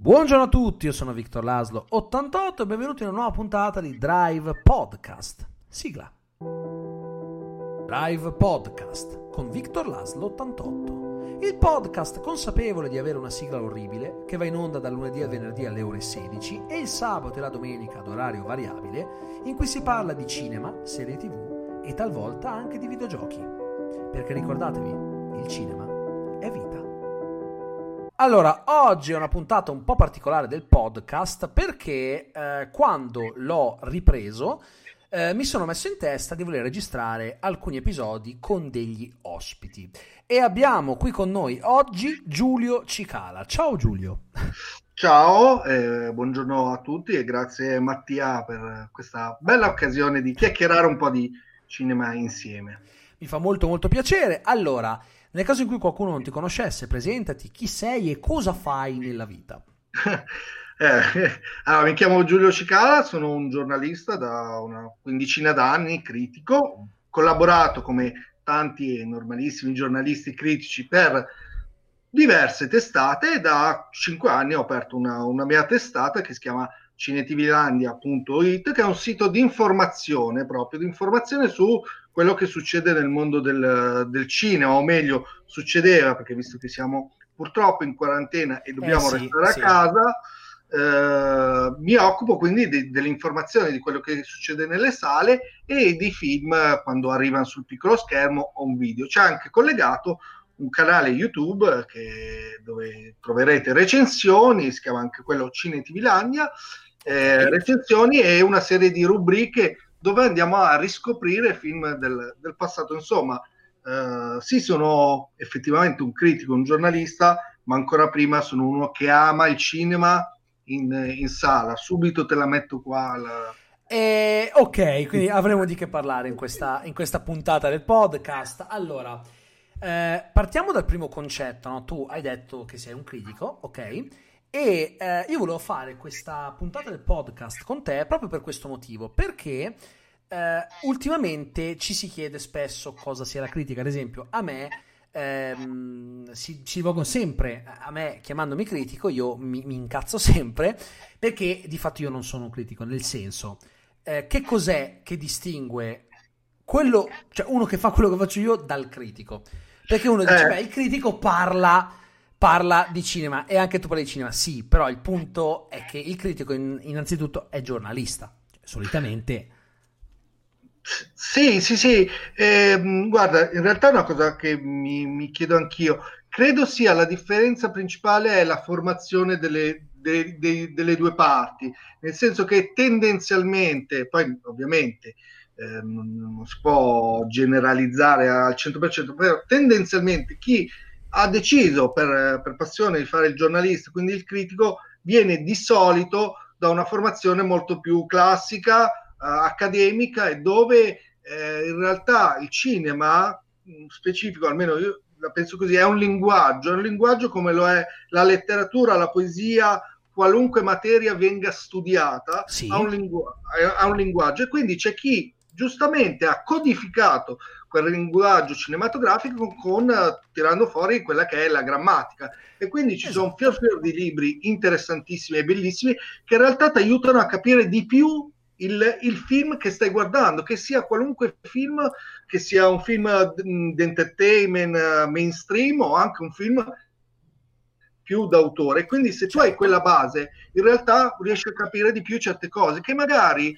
Buongiorno a tutti, io sono Victor Laszlo 88 e benvenuti in una nuova puntata di Drive Podcast. Sigla. Drive Podcast con Victor Laszlo 88. Il podcast consapevole di avere una sigla orribile che va in onda dal lunedì al venerdì alle ore 16 e il sabato e la domenica ad orario variabile, in cui si parla di cinema, serie TV e talvolta anche di videogiochi. Perché ricordatevi, il cinema è vita. Allora, oggi è una puntata un po' particolare del podcast perché quando l'ho ripreso mi sono messo in testa di voler registrare alcuni episodi con degli ospiti. E abbiamo qui con noi oggi Giulio Cicala. Ciao Giulio. Ciao, buongiorno a tutti e grazie Mattia per questa bella occasione di chiacchierare un po' di cinema insieme. Mi fa molto molto piacere. Allora, nel caso in cui qualcuno non ti conoscesse, presentati, chi sei e cosa fai nella vita. Allora, mi chiamo Giulio Cicala, sono un giornalista da una quindicina d'anni, critico, ho collaborato come tanti e normalissimi giornalisti critici per diverse testate e da 5 anni ho aperto una mia testata che si chiama cinetivilandia.it, che è un sito di informazione, proprio di informazione su quello che succede nel mondo del cinema, o meglio succedeva, perché visto che siamo purtroppo in quarantena e dobbiamo restare a casa, mi occupo quindi delle informazioni di quello che succede nelle sale e di film quando arrivano sul piccolo schermo o un video. C'è anche collegato un canale YouTube dove troverete recensioni, si chiama anche quello Cinetivilandia, recensioni e una serie di rubriche dove andiamo a riscoprire film del passato. Insomma, sì, sono effettivamente un critico, un giornalista, ma ancora prima sono uno che ama il cinema in sala. Subito te la metto qua. Ok, quindi avremo di che parlare in questa puntata del podcast. Allora, partiamo dal primo concetto, no? Tu hai detto che sei un critico, ok? E io volevo fare questa puntata del podcast con te proprio per questo motivo, perché ultimamente ci si chiede spesso cosa sia la critica. Ad esempio, a me si rivolgono sempre a me chiamandomi critico, io mi incazzo sempre, perché di fatto io non sono un critico, nel senso, che cos'è che distingue quello, cioè uno che fa quello che faccio io dal critico? Perché uno dice, beh, il critico parla di cinema e anche tu parli di cinema, sì, però il punto è che il critico innanzitutto è giornalista, cioè, solitamente. Sì. Guarda, in realtà è una cosa che mi chiedo anch'io. Credo sia la differenza principale è la formazione delle due parti, nel senso che tendenzialmente, poi ovviamente non si può generalizzare al 100%, però tendenzialmente chi ha deciso per passione di fare il giornalista, quindi il critico, viene di solito da una formazione molto più classica, accademica, e dove in realtà il cinema specifico, almeno io la penso così, è un linguaggio come lo è la letteratura, la poesia, qualunque materia venga studiata, Sì. ha un linguaggio, e quindi c'è chi giustamente ha codificato quel linguaggio cinematografico tirando fuori quella che è la grammatica, e quindi ci sono fior di libri interessantissimi e bellissimi che in realtà ti aiutano a capire di più il film che stai guardando, che sia qualunque film, che sia un film di entertainment mainstream o anche un film più d'autore. Quindi se tu hai quella base, in realtà riesci a capire di più certe cose che magari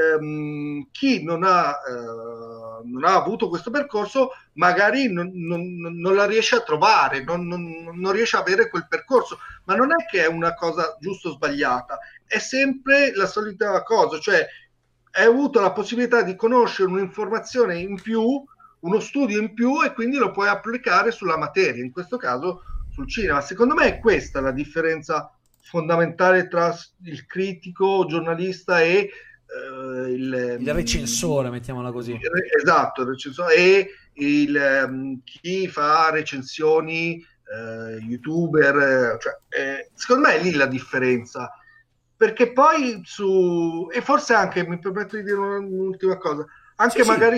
chi non ha avuto questo percorso magari non la riesce a trovare, non riesce a avere quel percorso, ma non è che è una cosa giusta o sbagliata, è sempre la solita cosa, cioè hai avuto la possibilità di conoscere un'informazione in più, uno studio in più, e quindi lo puoi applicare sulla materia, in questo caso sul cinema. Secondo me è questa la differenza fondamentale tra il critico, giornalista e il recensore, mettiamola così. Esatto, il recensore e chi fa recensioni, youtuber, cioè, secondo me è lì la differenza, perché poi e forse anche, mi permetto di dire un'ultima cosa, anche magari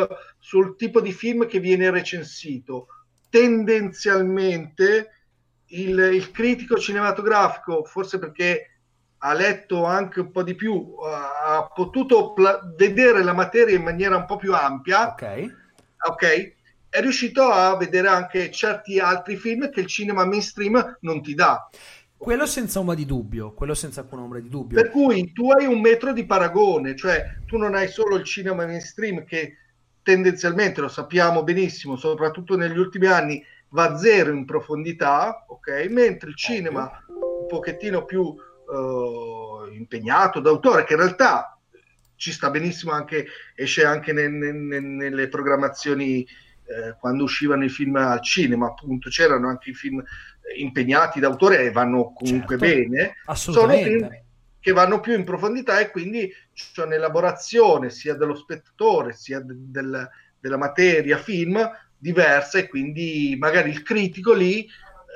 sul tipo di film che viene recensito, tendenzialmente il critico cinematografico, forse perché ha letto anche un po' di più, ha potuto vedere la materia in maniera un po' più ampia, ok? È riuscito a vedere anche certi altri film che il cinema mainstream non ti dà. Quello senza ombra di dubbio, quello senza alcuna ombra di dubbio. Per cui tu hai un metro di paragone, cioè tu non hai solo il cinema mainstream che tendenzialmente, lo sappiamo benissimo, soprattutto negli ultimi anni, va a zero in profondità, ok? Mentre il cinema un pochettino più impegnato d'autore, che in realtà ci sta benissimo, anche esce anche nelle programmazioni quando uscivano i film al cinema, appunto c'erano anche i film impegnati d'autore e vanno comunque bene, sono film che vanno più in profondità e quindi c'è un'elaborazione sia dello spettatore sia della materia film diversa, e quindi magari il critico lì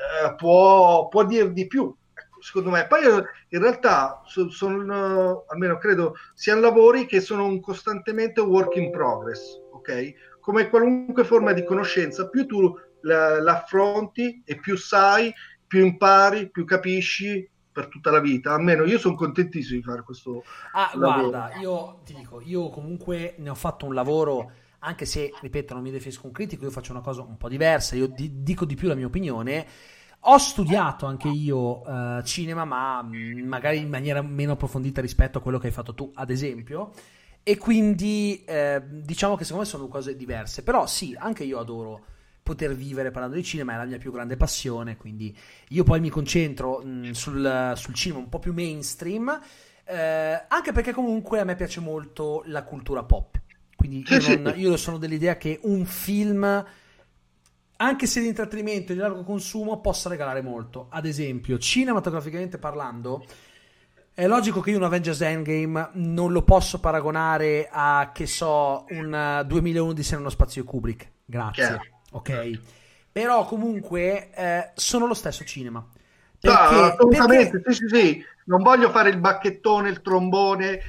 può dire di più, secondo me. Poi in realtà sono almeno credo siano lavori che sono costantemente work in progress, ok? Come qualunque forma di conoscenza, più tu l'affronti e più sai, più impari, più capisci per tutta la vita. Almeno io sono contentissimo di fare questo lavoro. Guarda, io ti dico, io comunque ne ho fatto un lavoro, anche se, ripeto, non mi definisco un critico, io faccio una cosa un po' diversa, io dico di più la mia opinione. Ho studiato anche io cinema, ma magari in maniera meno approfondita rispetto a quello che hai fatto tu, ad esempio. E quindi diciamo che secondo me sono cose diverse. Però sì, anche io adoro poter vivere parlando di cinema, è la mia più grande passione, quindi io poi mi concentro sul cinema un po' più mainstream, anche perché comunque a me piace molto la cultura pop. Quindi io sono dell'idea che un film, anche se di intrattenimento e di largo consumo, possa regalare molto. Ad esempio, cinematograficamente parlando, è logico che io un Avengers Endgame non lo posso paragonare a, che so, un 2001 di nello spazio di Kubrick. Grazie. Ok. Però comunque sono lo stesso cinema. Assolutamente, sì. Non voglio fare il bacchettone, il trombone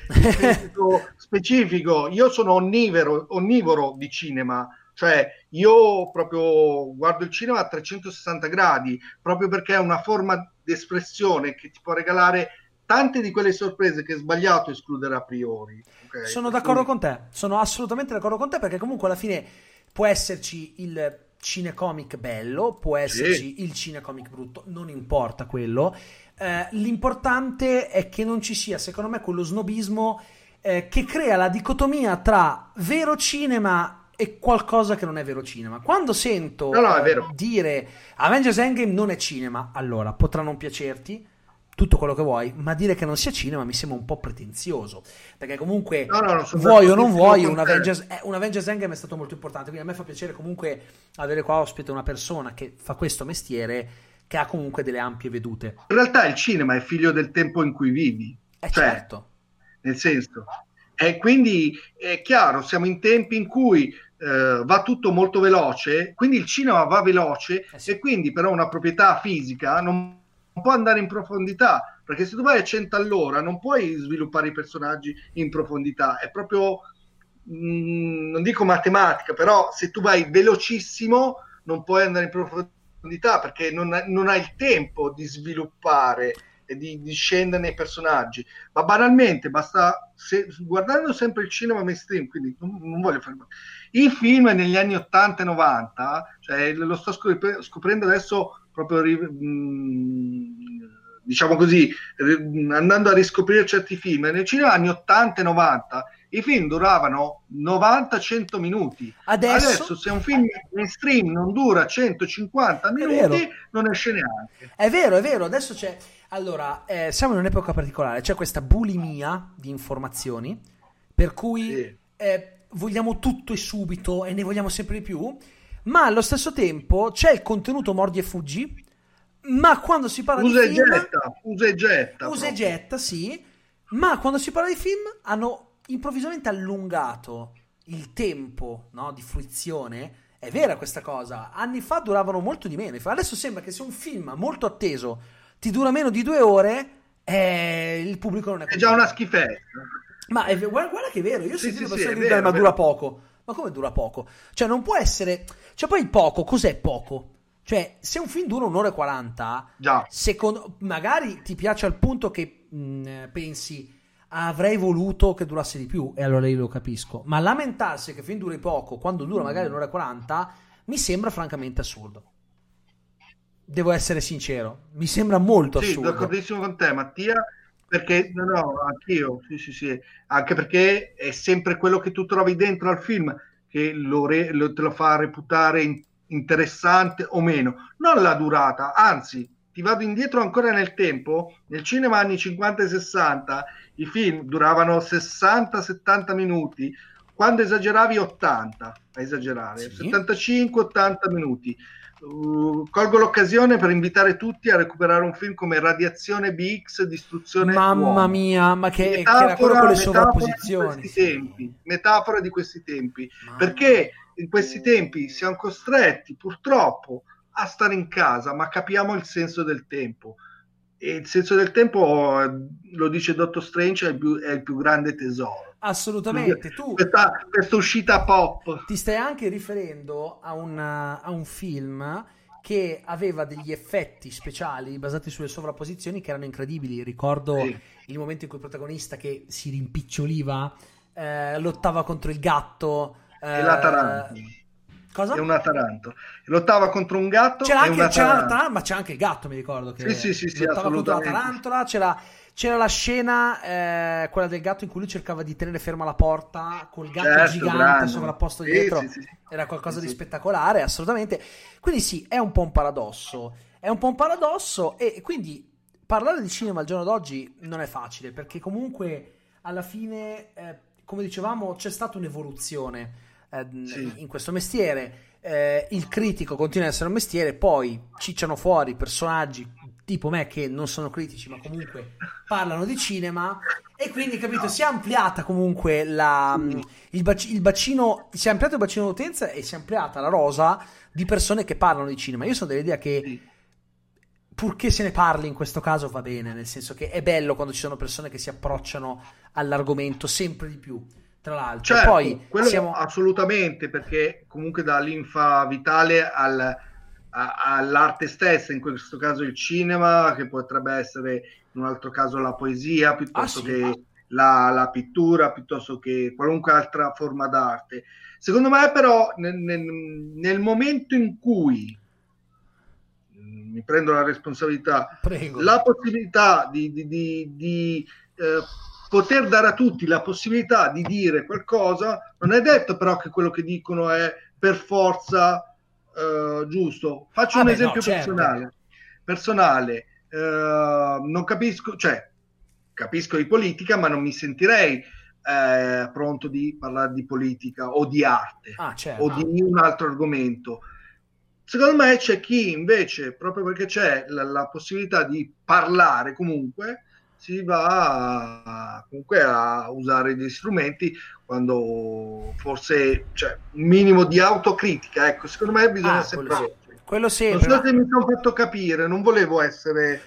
specifico. Io sono onnivoro di cinema. Cioè, io proprio guardo il cinema a 360 gradi, proprio perché è una forma di espressione che ti può regalare tante di quelle sorprese che è sbagliato escludere a priori. Okay? Sono d'accordo con te, sono assolutamente d'accordo con te, perché comunque alla fine può esserci il cinecomic bello, può esserci il cinecomic brutto, non importa quello. L'importante è che non ci sia, secondo me, quello snobismo che crea la dicotomia tra vero cinema e qualcosa che non è vero cinema. Quando sento dire Avengers Endgame non è cinema, allora potrà non piacerti tutto quello che vuoi, ma dire che non sia cinema mi sembra un po' pretenzioso, perché comunque vuoi o non vuoi un Avengers Endgame è stato molto importante, quindi a me fa piacere comunque avere qua ospite una persona che fa questo mestiere, che ha comunque delle ampie vedute. In realtà il cinema è figlio del tempo in cui vivi, certo, nel senso, e quindi è chiaro, siamo in tempi in cui va tutto molto veloce, quindi il cinema va veloce, e quindi però una proprietà fisica non può andare in profondità, perché se tu vai a 100 all'ora non puoi sviluppare i personaggi in profondità, è proprio non dico matematica, però se tu vai velocissimo non puoi andare in profondità, perché non hai il tempo di sviluppare e di scendere nei personaggi. Ma banalmente basta, guardando sempre il cinema mainstream, quindi non voglio fare i film negli anni 80 e 90, cioè lo sto scoprendo adesso proprio, diciamo così, andando a riscoprire certi film. Nel cinema anni 80 e 90 i film duravano 90-100 minuti. Adesso se un film mainstream non dura 150 minuti non esce neanche. È vero, adesso c'è, allora siamo in un'epoca particolare, c'è questa bulimia di informazioni, per cui vogliamo tutto e subito e ne vogliamo sempre di più, ma allo stesso tempo c'è il contenuto mordi e fuggi, ma quando si parla di film usa e getta, sì, ma quando si parla di film hanno improvvisamente allungato il tempo, no, di fruizione. È vera questa cosa, anni fa duravano molto di meno, adesso sembra che se un film molto atteso ti dura meno di 2 ore, il pubblico non è già una schifezza. Ma guarda che è vero, io ho sentito persone dire ma dura poco. Ma come dura poco? Cioè non può essere, cioè poi poco, cos'è poco? Cioè, se un film dura 1 ora e 40, Già. magari ti piace al punto che pensi avrei voluto che durasse di più, e allora io lo capisco. Ma lamentarsi che il film duri poco quando dura magari 1 ora e 40 mi sembra francamente assurdo. Devo essere sincero, mi sembra molto Sì, assurdo. d'accordissimo con te, Mattia, perché no, anch'io, sì, anche perché è sempre quello che tu trovi dentro al film che te lo fa reputare interessante o meno, non la durata, anzi, ti vado indietro ancora nel tempo, nel cinema anni 50 e 60 i film duravano 60-70 minuti, quando esageravi 80, a esagerare, Sì. 75-80 minuti. Colgo l'occasione per invitare tutti a recuperare un film come Radiazione BX, Distruzione Mamma Uomo. mia, ma che era quello con le sovrapposizioni. Metafora di questi tempi, Mamma. perché in questi tempi siamo costretti purtroppo a stare in casa, ma capiamo il senso del tempo. E il senso del tempo, lo dice Dottor Strange, è il più grande tesoro. Assolutamente. Tu questa uscita pop. ti stai anche riferendo a un film che aveva degli effetti speciali basati sulle sovrapposizioni che erano incredibili. Ricordo il momento in cui il protagonista, che si rimpiccioliva, lottava contro il gatto. E la tarantula. Cosa? È una tarantola. Lottava contro un gatto. C'era anche la tarantola, ma c'è anche il gatto, mi ricordo. Che sì, lottava contro la assolutamente. tarantola. C'era la scena, quella del gatto, in cui lui cercava di tenere ferma la porta col gatto gigante grande, sovrapposto dietro. Sì. Era qualcosa di spettacolare, assolutamente. Quindi sì, è un po' un paradosso. E quindi parlare di cinema al giorno d'oggi non è facile, perché comunque alla fine, come dicevamo, c'è stata un'evoluzione in questo mestiere. Il critico continua ad essere un mestiere, poi cicciano fuori personaggi tipo me che non sono critici ma comunque parlano di cinema, e quindi, capito, si è ampliata comunque il bacino, si è ampliato il bacino d'utenza e si è ampliata la rosa di persone che parlano di cinema. Io sono dell'idea che purché se ne parli, in questo caso va bene, nel senso che è bello quando ci sono persone che si approcciano all'argomento sempre di più. Tra l'altro, certo, poi quello assolutamente, perché comunque dà linfa vitale all'arte stessa, in questo caso il cinema, che potrebbe essere in un altro caso la poesia, piuttosto che la pittura, piuttosto che qualunque altra forma d'arte. Secondo me però nel momento in cui mi prendo la responsabilità, Prego. la possibilità di poter dare a tutti la possibilità di dire qualcosa, non è detto però che quello che dicono è per forza giusto. Faccio un esempio personale. Non capisco, cioè capisco di politica, ma non mi sentirei pronto di parlare di politica o di arte o di un altro argomento. Secondo me c'è chi invece, proprio perché c'è la possibilità di parlare, comunque si va comunque a usare degli strumenti, quando forse un minimo di autocritica, ecco, secondo me bisogna sempre avere. Quello sempre. Non so se mi sono fatto capire, non volevo essere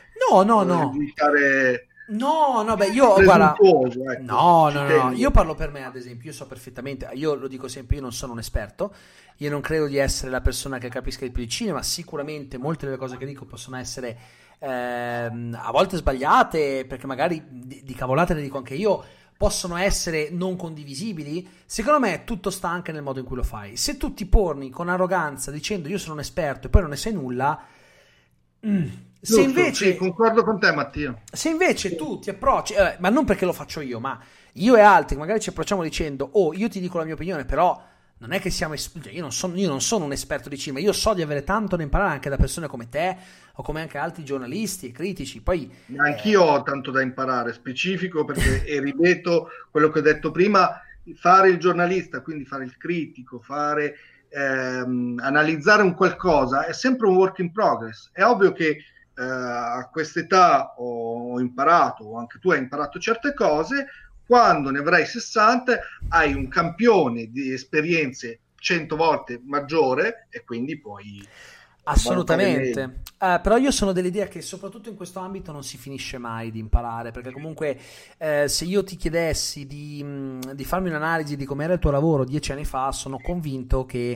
No, beh, io guarda, no, io parlo per me, ad esempio. Io so perfettamente, io lo dico sempre, io non sono un esperto, io non credo di essere la persona che capisca di più di cinema. Sicuramente molte delle cose che dico possono essere a volte sbagliate, perché magari di cavolate ne dico anche io, possono essere non condivisibili. Secondo me tutto sta anche nel modo in cui lo fai. Se tu ti porni con arroganza dicendo io sono un esperto e poi non ne sai nulla, se invece concordo con te, Mattia. Se invece tu ti approcci, ma non perché lo faccio io, ma io e altri magari ci approcciamo dicendo io ti dico la mia opinione, però non è che siamo io non sono un esperto di cinema, io so di avere tanto da imparare anche da persone come te o come anche altri giornalisti e critici. Poi anch'io ho tanto da imparare, specifico, perché e ripeto quello che ho detto prima, fare il giornalista, quindi fare il critico, fare analizzare un qualcosa è sempre un work in progress. È ovvio che a quest'età ho imparato, o anche tu hai imparato certe cose. Quando ne avrai 60 hai un campione di esperienze 100 volte maggiore e quindi puoi assolutamente. Però io sono dell'idea che soprattutto in questo ambito non si finisce mai di imparare, perché comunque se io ti chiedessi di farmi un'analisi di com'era il tuo lavoro 10 anni fa, sono convinto che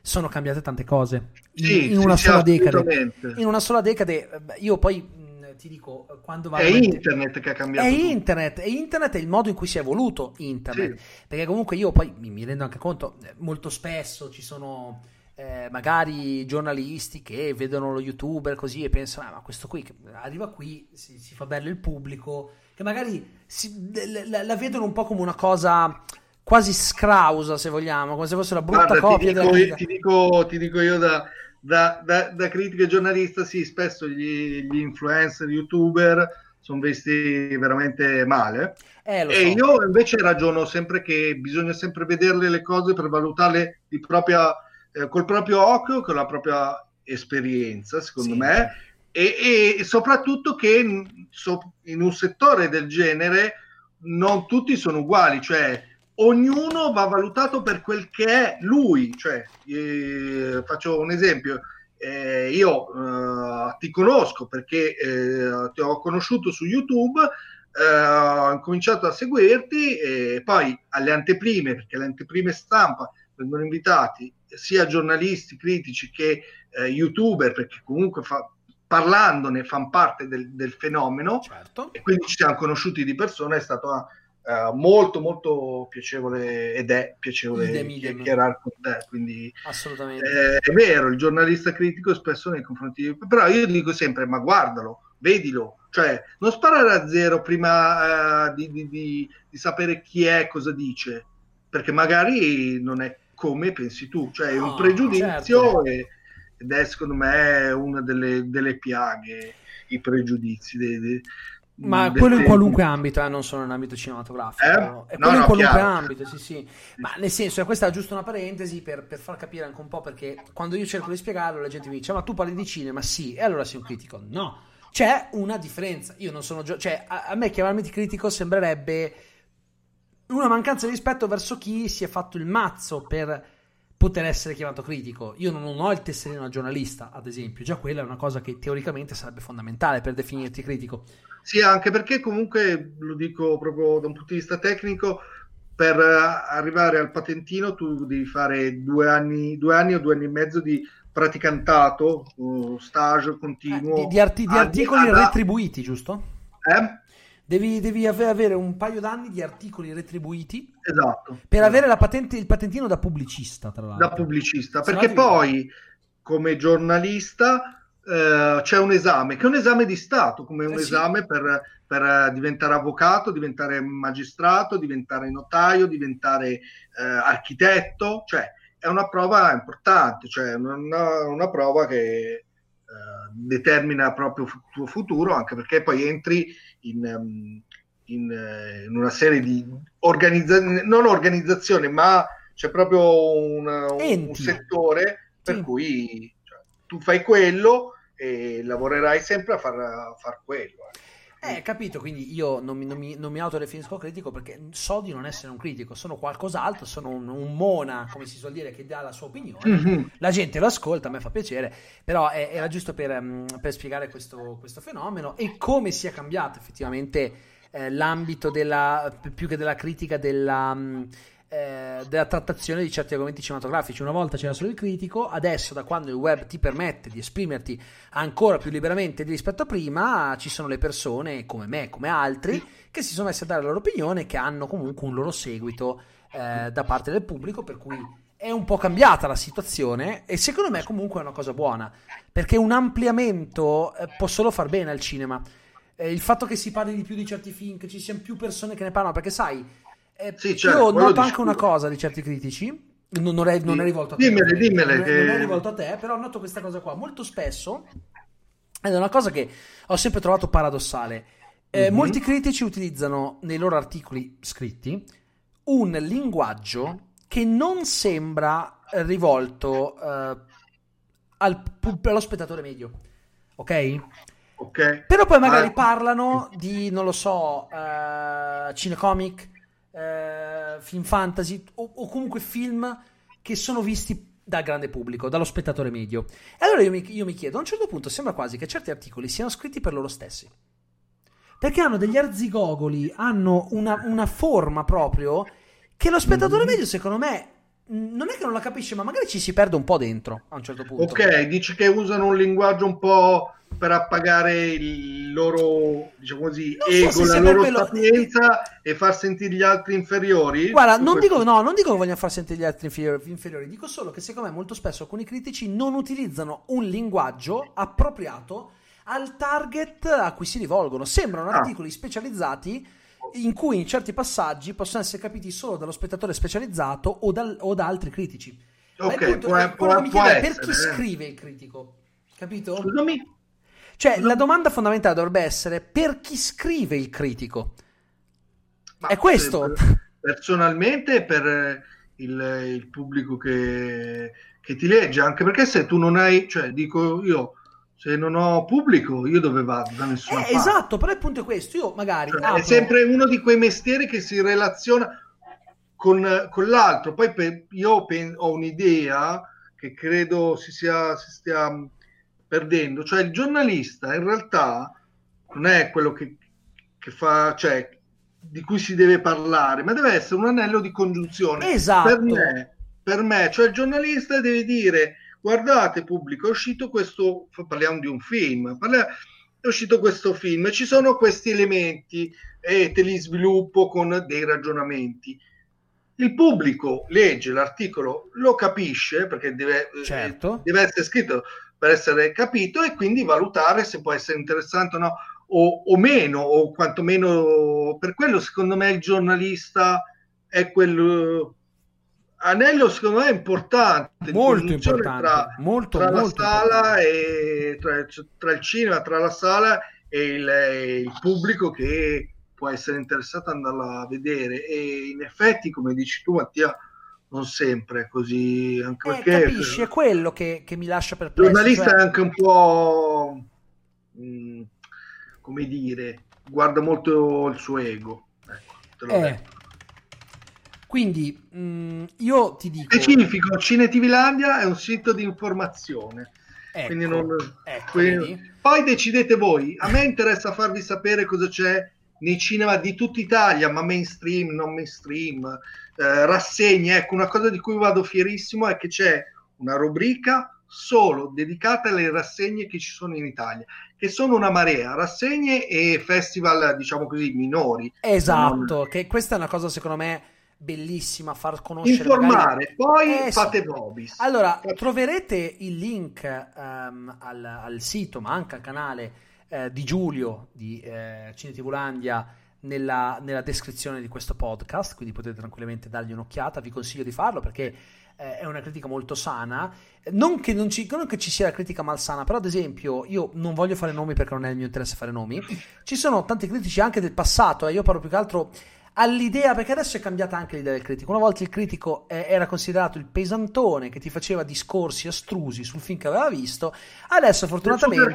sono cambiate tante cose Sì, una sì, sola decade. assolutamente. In una sola decade, io poi ti dico, quando È internet che ha cambiato tutto. è internet è il modo in cui si è evoluto internet, Sì. perché comunque io poi mi rendo anche conto, molto spesso ci sono magari giornalisti che vedono lo youtuber così e pensano, ma questo qui che arriva qui, si fa bello il pubblico, che magari la vedono un po' come una cosa quasi scrausa, se vogliamo, come se fosse una brutta Guarda, copia della critica. ti dico io da critica e giornalista, sì, spesso gli influencer, youtuber sono visti veramente male. Lo E so. io invece ragiono sempre che bisogna sempre vederle le cose per valutarle col proprio occhio, con la propria esperienza, secondo Sì. me, e soprattutto che in un settore del genere non tutti sono uguali, cioè ognuno va valutato per quel che è lui. Cioè, faccio un esempio. Io ti conosco perché ti ho conosciuto su YouTube, ho incominciato a seguirti e poi alle anteprime, perché le anteprime stampa vengono invitati sia giornalisti, critici che youtuber, perché comunque parlandone fanno parte del fenomeno, Certo. e quindi ci siamo conosciuti di persona. È stato molto molto piacevole, ed è piacevole chiacchierare con te, quindi assolutamente. è vero, il giornalista critico spesso nei confronti però io dico sempre, ma guardalo, vedilo, cioè non sparare a zero prima di sapere chi è, cosa dice, perché magari non è come pensi tu, cioè è un pregiudizio, certo. ed è secondo me una delle piaghe, i pregiudizi ma quello in qualunque ambito, non solo in ambito cinematografico, è quello in qualunque ambito, sì. Ma nel senso, questa è giusto una parentesi per far capire anche un po', perché quando io cerco di spiegarlo la gente mi dice, ma tu parli di cinema? Sì, e allora sei un critico? No, c'è una differenza. Io non sono cioè a me chiamarmi critico sembrerebbe una mancanza di rispetto verso chi si è fatto il mazzo per poter essere chiamato critico. Io non ho il tesserino da giornalista, ad esempio, già quella è una cosa che teoricamente sarebbe fondamentale per definirti critico. Sì, anche perché comunque, lo dico proprio da un punto di vista tecnico, per arrivare al patentino tu devi fare 2 anni o 2 anni e mezzo di praticantato, stage continuo. Di articoli retribuiti, giusto? Devi avere un paio d'anni di articoli retribuiti. Esatto. Per avere il patentino da pubblicista, tra l'altro. Da pubblicista, perché poi come giornalista c'è un esame, che è un esame di Stato, come un esame per diventare avvocato, diventare magistrato, diventare notaio, diventare architetto, cioè è una prova importante, cioè una prova che determina proprio il tuo futuro, anche perché poi entri in una serie di non organizzazioni, ma c'è proprio un settore per cui tu fai quello e lavorerai sempre a far quello. Capito, quindi io non mi autodefinisco critico perché so di non essere un critico, sono qualcos'altro, sono un mona, come si suol dire, che dà la sua opinione, la gente lo ascolta, a me fa piacere, però era giusto per spiegare questo fenomeno e come sia cambiato effettivamente l'ambito più che della critica, della trattazione di certi argomenti cinematografici. Una volta c'era solo il critico, adesso da quando il web ti permette di esprimerti ancora più liberamente rispetto a prima, ci sono le persone come me, come altri, che si sono messi a dare la loro opinione, che hanno comunque un loro seguito da parte del pubblico, per cui è un po' cambiata la situazione e secondo me comunque è una cosa buona, perché un ampliamento può solo far bene al cinema. Il fatto che si parli di più di certi film, che ci siano più persone che ne parlano, perché sai, io noto anche una cosa di certi critici, non è rivolto a te, dimmele, non è rivolto a te, però noto questa cosa qua molto spesso, ed è una cosa che ho sempre trovato paradossale. Molti critici utilizzano nei loro articoli scritti un linguaggio che non sembra rivolto allo spettatore medio, ok? Però poi magari parlano di, non lo so, cinecomic, film fantasy o comunque film che sono visti dal grande pubblico, dallo spettatore medio. E allora io mi chiedo, a un certo punto sembra quasi che certi articoli siano scritti per loro stessi, perché hanno degli arzigogoli, hanno una forma proprio che lo spettatore medio, secondo me, non è che non la capisce, ma magari ci si perde un po' dentro a un certo punto. Ok, dici che usano un linguaggio un po' per appagare il loro, diciamo così, Non so ego, se la loro quello... sapienza e far sentire gli altri inferiori? Guarda, non dico che vogliano far sentire gli altri inferiori, dico solo che secondo me molto spesso alcuni critici non utilizzano un linguaggio appropriato al target a cui si rivolgono. Sembrano articoli specializzati in cui in certi passaggi possono essere capiti solo dallo spettatore specializzato o da altri critici. Ok, quello che mi chiedo è per chi scrive il critico, capito? Scusami? Cioè, la domanda fondamentale dovrebbe essere per chi scrive il critico. Ma è questo. Personalmente per il pubblico che ti legge, anche perché se tu non hai, cioè dico io, se non ho pubblico, io dove vado? Da nessuna parte. Esatto, però il punto è questo, io magari è sempre uno di quei mestieri che si relaziona con l'altro. Poi io ho un'idea che credo si stia perdendo, cioè il giornalista in realtà non è quello che fa, cioè di cui si deve parlare, ma deve essere un anello di congiunzione. Esatto. Per me, cioè il giornalista deve dire: guardate pubblico, è uscito questo, parliamo di un film, è uscito questo film, ci sono questi elementi e te li sviluppo con dei ragionamenti. Il pubblico legge l'articolo, lo capisce perché deve essere scritto per essere capito e quindi valutare se può essere interessante o no, o meno, o quantomeno. Per quello secondo me il giornalista è quel anello, secondo me, importante, molto importante, tra la sala e tra il cinema, tra la sala e il pubblico che può essere interessato ad andarla a vedere. E in effetti, come dici tu Mattia, non sempre è così, anche perché capisci, è quello che mi lascia perplesso. Il giornalista è anche un po' come dire, guarda molto il suo ego, ecco, te l'ho detto. Quindi io ti dico specifico, Cinetivilandia è un sito di informazione, quindi poi decidete voi. A me interessa farvi sapere cosa c'è nei cinema di tutta Italia, ma mainstream, non mainstream, rassegne. Ecco, una cosa di cui vado fierissimo è che c'è una rubrica solo dedicata alle rassegne che ci sono in Italia, che sono una marea, rassegne e festival, diciamo così, minori. Esatto, che questa è una cosa secondo me bellissima, far conoscere, informare, poi fate vobis. Allora, troverete il link al sito, ma anche al canale di Giulio di Cinetivolandia nella descrizione di questo podcast, quindi potete tranquillamente dargli un'occhiata. Vi consiglio di farlo perché è una critica molto sana, non che ci sia la critica malsana, però ad esempio io non voglio fare nomi perché non è il mio interesse fare nomi, ci sono tanti critici anche del passato, io parlo più che altro all'idea, perché adesso è cambiata anche l'idea del critico. Una volta il critico era considerato il pesantone che ti faceva discorsi astrusi sul film che aveva visto, adesso fortunatamente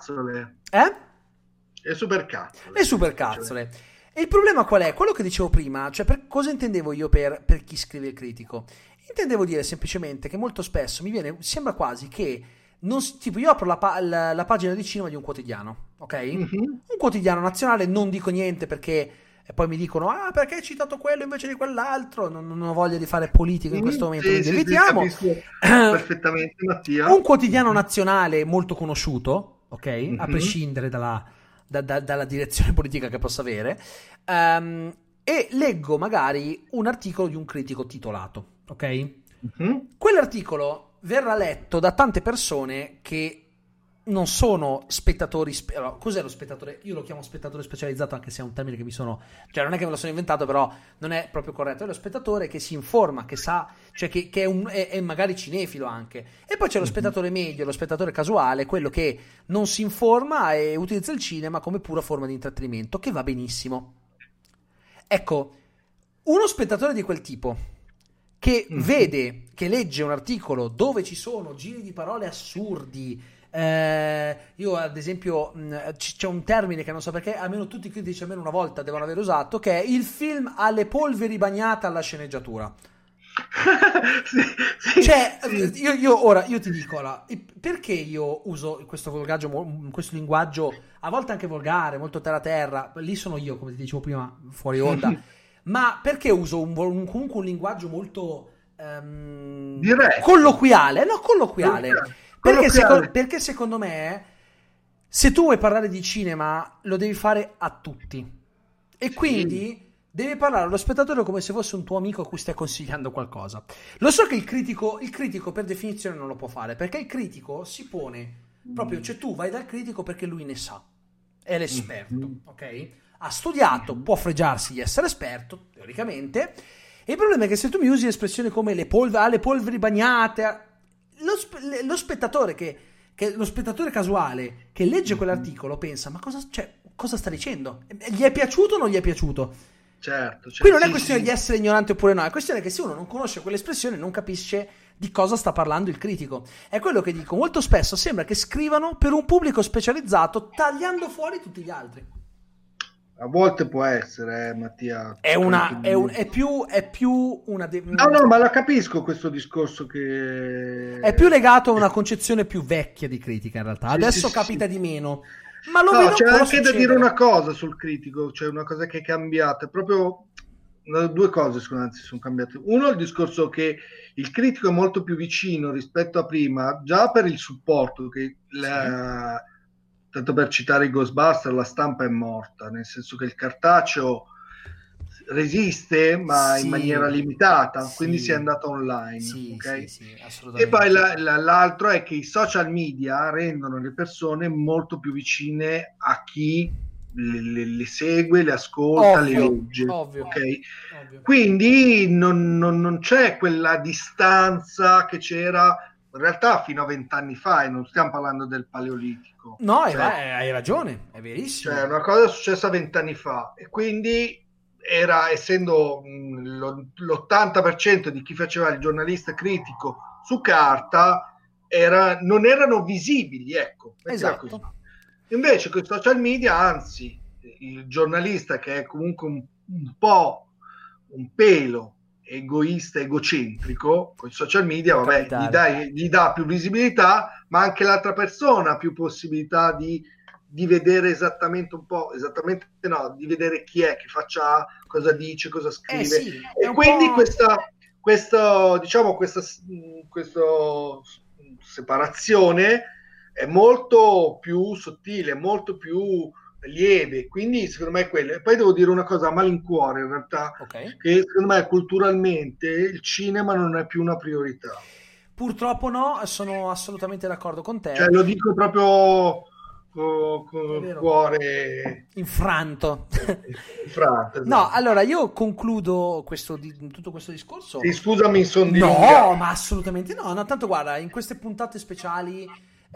è supercazzole. Le supercazzole. E il problema qual è? Quello che dicevo prima, cioè cosa intendevo io per chi scrive il critico? Intendevo dire semplicemente che molto spesso sembra quasi che tipo io apro la pagina di cinema di un quotidiano, ok? Mm-hmm. Un quotidiano nazionale, non dico niente perché poi mi dicono perché hai citato quello invece di quell'altro, non ho voglia di fare politica in questo momento, quindi evitiamo. Perfettamente, Mattia. Un quotidiano nazionale molto conosciuto, ok? Mm-hmm. A prescindere dalla direzione politica che possa avere, e leggo magari un articolo di un critico titolato, ok? Mm-hmm. Quell'articolo verrà letto da tante persone che non sono spettatori. Allora, cos'è lo spettatore? Io lo chiamo spettatore specializzato, anche se è un termine che cioè non è che me lo sono inventato, però non è proprio corretto. È lo spettatore che si informa, che sa, cioè che è magari cinefilo anche. E poi c'è lo spettatore medio, lo spettatore casuale, quello che non si informa e utilizza il cinema come pura forma di intrattenimento, che va benissimo. Ecco, uno spettatore di quel tipo che vede, che legge un articolo dove ci sono giri di parole assurdi. Io ad esempio c'è un termine che non so perché almeno tutti i critici almeno una volta devono aver usato, che è il film alle polveri bagnate alla sceneggiatura. Io ti dico perché io uso questo linguaggio a volte anche volgare, molto terra, lì sono io, come ti dicevo prima fuori onda. Ma perché uso comunque un linguaggio molto colloquiale. Perché secondo me, se tu vuoi parlare di cinema, lo devi fare a tutti. E quindi devi parlare allo spettatore come se fosse un tuo amico a cui stai consigliando qualcosa. Lo so che il critico per definizione non lo può fare, perché il critico si pone proprio, cioè tu vai dal critico perché lui ne sa, è l'esperto, ok? Ha studiato, può fregiarsi di essere esperto, teoricamente, e il problema è che se tu mi usi espressioni come le polveri bagnate, lo spettatore che lo spettatore casuale che legge quell'articolo pensa, ma cosa sta dicendo? Gli è piaciuto o non gli è piaciuto? Certo. Qui non è questione di essere ignorante oppure no, è questione che se uno non conosce quell'espressione non capisce di cosa sta parlando il critico. È quello che dico, molto spesso sembra che scrivano per un pubblico specializzato tagliando fuori tutti gli altri. A volte può essere, Mattia. È più una... No, ma la capisco questo discorso che... È più legato a una concezione più vecchia di critica in realtà. Adesso capita di meno. Ma lo vedo c'è anche da dire una cosa sul critico, cioè una cosa che è cambiata, proprio due cose sono cambiate. Uno, il discorso che il critico è molto più vicino rispetto a prima, già per il supporto, che tanto per citare i Ghostbusters, la stampa è morta, nel senso che il cartaceo resiste ma in maniera limitata, quindi si è andata online, okay? E poi l'altro è che i social media rendono le persone molto più vicine a chi le segue, le ascolta, le legge, okay? Quindi non c'è quella distanza che c'era in realtà fino a 20 anni fa, e non stiamo parlando del Paleolitico. No, hai ragione, è verissimo. Cioè, una cosa è successa 20 anni fa, e quindi essendo l'80% di chi faceva il giornalista critico su carta, non erano visibili, ecco. Esatto. Invece con i social media, anzi, il giornalista che è comunque un po' un pelo egoista, egocentrico, con i social media, gli dà più visibilità, ma anche l'altra persona ha più possibilità di vedere di vedere chi è che faccia, cosa dice, cosa scrive, e quindi questa separazione è molto più sottile, molto più lieve, quindi secondo me è quello. E poi devo dire una cosa a malincuore in realtà, che secondo me culturalmente il cinema non è più una priorità. Purtroppo no, sono assolutamente d'accordo con te. Cioè, lo dico proprio con il cuore infranto. Esatto. No, allora io concludo tutto questo discorso. Sì, scusami, no, ma assolutamente no. Tanto guarda, in queste puntate speciali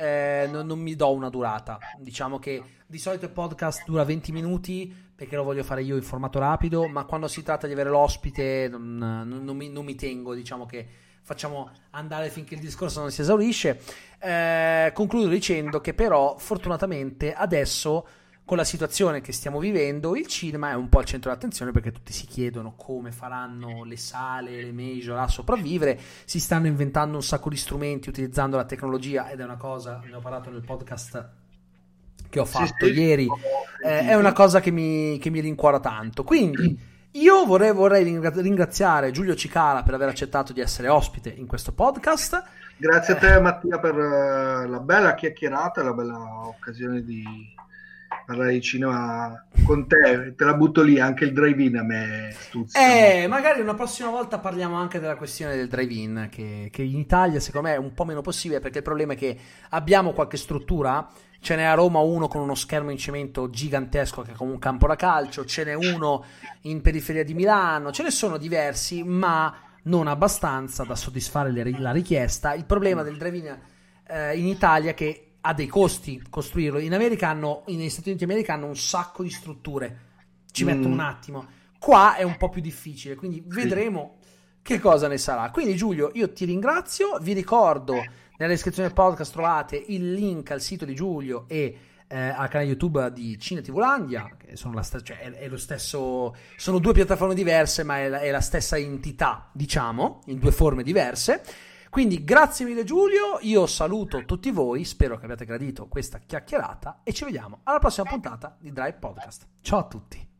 non mi do una durata. Diciamo che di solito il podcast dura 20 minuti perché lo voglio fare io in formato rapido, ma quando si tratta di avere l'ospite non mi tengo, diciamo che facciamo andare finché il discorso non si esaurisce. Concludo dicendo che però fortunatamente adesso, con la situazione che stiamo vivendo, il cinema è un po' al centro dell'attenzione, perché tutti si chiedono come faranno le sale, le major a sopravvivere. Si stanno inventando un sacco di strumenti utilizzando la tecnologia, ed è una cosa, ne ho parlato nel podcast che ho fatto ieri, è una cosa che mi rincuora tanto. Quindi io vorrei ringraziare Giulio Cicala per aver accettato di essere ospite in questo podcast. Grazie a te, Mattia, per la bella chiacchierata, la bella occasione di parlare di cinema con te. Te la butto lì, anche il drive-in a me stuzzica. Magari una prossima volta parliamo anche della questione del drive-in, che in Italia secondo me è un po' meno possibile, perché il problema è che abbiamo qualche struttura. Ce n'è a Roma uno con uno schermo in cemento gigantesco che è come un campo da calcio, ce n'è uno in periferia di Milano, ce ne sono diversi, ma non abbastanza da soddisfare la richiesta. Il problema del drive-in in Italia è che ha dei costi costruirlo. Negli Stati Uniti d'America hanno un sacco di strutture, ci mettono un attimo. Qua è un po' più difficile, quindi vedremo che cosa ne sarà. Quindi Giulio, io ti ringrazio, vi ricordo nella descrizione del podcast trovate il link al sito di Giulio e al canale YouTube di Cine TVlandia, che sono è lo stesso, sono due piattaforme diverse, ma è la stessa entità, diciamo, in due forme diverse. Quindi grazie mille Giulio, io saluto tutti voi, spero che abbiate gradito questa chiacchierata e ci vediamo alla prossima puntata di Drive Podcast. Ciao a tutti.